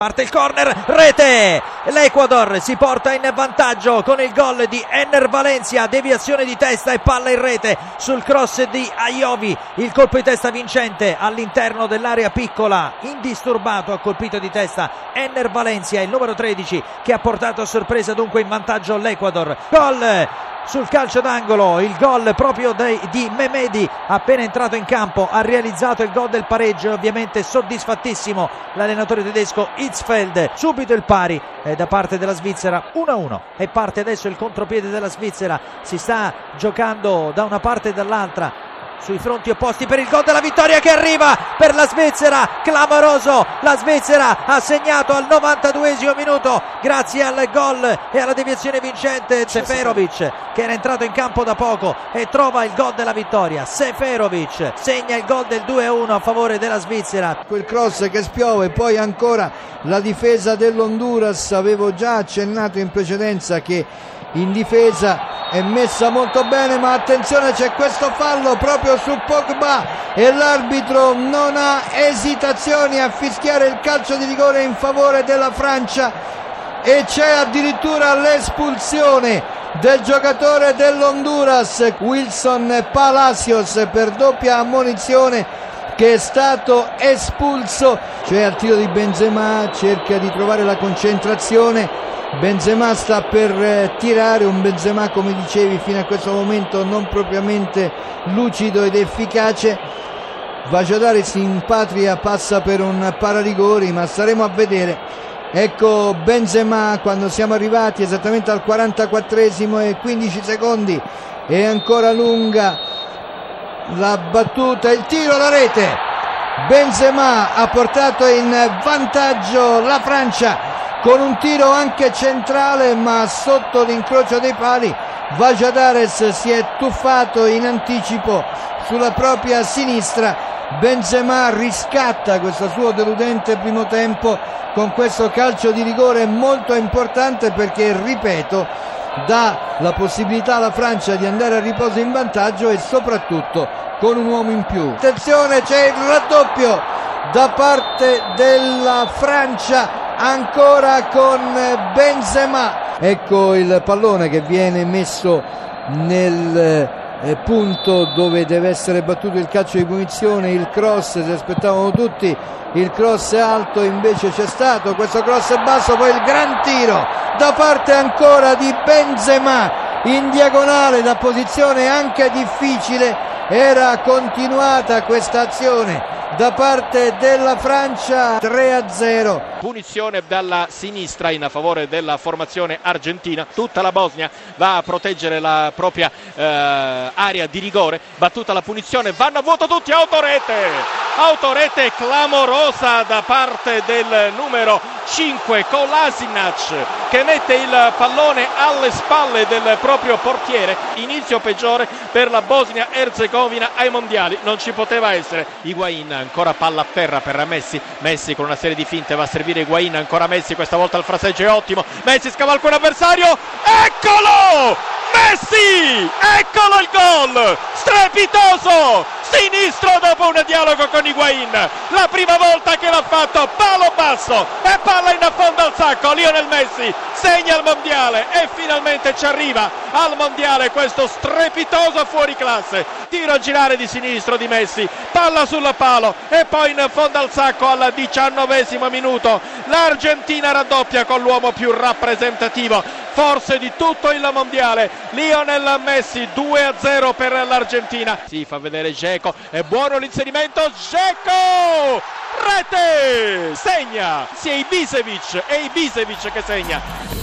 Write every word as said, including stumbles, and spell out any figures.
Parte il corner, rete, l'Ecuador si porta in vantaggio con il gol di Enner Valencia, deviazione di testa e palla in rete sul cross di Ayovi, il colpo di testa vincente all'interno dell'area piccola, indisturbato ha colpito di testa Enner Valencia, il numero tredici che ha portato a sorpresa dunque in vantaggio l'Ecuador. Gol sul calcio d'angolo, il gol proprio di, di Mehmedi, appena entrato in campo ha realizzato il gol del pareggio, ovviamente soddisfattissimo l'allenatore tedesco Hitzfeld. Subito il pari eh, da parte della Svizzera, uno a uno, e parte adesso il contropiede della Svizzera, si sta giocando da una parte e dall'altra sui fronti opposti per il gol della vittoria che arriva per la Svizzera, clamoroso, la Svizzera ha segnato al novantaduesimo minuto grazie al gol e alla deviazione vincente Seferovic, che era entrato in campo da poco e trova il gol della vittoria. Seferovic segna il gol del due a uno a favore della Svizzera. Quel cross che spiove, poi ancora la difesa dell'Honduras, avevo già accennato in precedenza che in difesa è messa molto bene, ma attenzione, c'è questo fallo proprio su Pogba e l'arbitro non ha esitazioni a fischiare il calcio di rigore in favore della Francia e c'è addirittura l'espulsione del giocatore dell'Honduras, Wilson Palacios, per doppia ammonizione, che è stato espulso. Cioè al tiro di Benzema, cerca di trovare la concentrazione, Benzema sta per eh, tirare, un Benzema, come dicevi, fino a questo momento non propriamente lucido ed efficace. Valladares in patria passa per un pararigori, ma staremo a vedere. Ecco Benzema quando siamo arrivati esattamente al quarantaquattresimo e quindici secondi, è ancora lunga la battuta, il tiro, la rete. Benzema ha portato in vantaggio la Francia con un tiro anche centrale, ma sotto l'incrocio dei pali Valladares si è tuffato in anticipo sulla propria sinistra. Benzema riscatta questo suo deludente primo tempo con questo calcio di rigore molto importante, perché, ripeto, dà la possibilità alla Francia di andare a riposo in vantaggio e soprattutto con un uomo in più. Attenzione, c'è il raddoppio da parte della Francia, ancora con Benzema. Ecco il pallone che viene messo nel eh, punto dove deve essere battuto il calcio di punizione, il cross, si aspettavano tutti il cross alto, invece c'è stato questo cross basso, poi il gran tiro da parte ancora di Benzema in diagonale da posizione anche difficile. Era continuata questa azione da parte della Francia. Tre a zero. Punizione dalla sinistra in favore della formazione argentina. Tutta la Bosnia va a proteggere la propria eh, area di rigore. Battuta la punizione, vanno a vuoto tutti. Autorete, autorete clamorosa da parte del numero cinque Kolasinac, che mette il pallone alle spalle del proprio portiere. Inizio peggiore per la Bosnia-Erzegovina ai mondiali non ci poteva essere. Higuain, ancora palla a terra per Messi. Messi con una serie di finte va a servire Higuain, ancora Messi, questa volta il fraseggio è ottimo. Messi scavalca un avversario, eccolo! Messi! Eccolo il gol! Strepitoso! Sinistro dopo un dialogo con Higuain, la prima volta che l'ha fatto, palo basso e palla in affondo al sacco. Lionel Messi segna il mondiale e finalmente ci arriva al mondiale questo strepitoso fuoriclasse. Tiro a girare di sinistro di Messi, palla sul palo e poi in fondo al sacco al diciannovesimo minuto. L'Argentina raddoppia con l'uomo più rappresentativo forse di tutto il mondiale, Lionel Messi. Due a zero per l'Argentina. Si fa vedere Dzeko, è buono l'inserimento, Dzeko, rete, segna, sia Ibisevic, è Ibisevic che segna.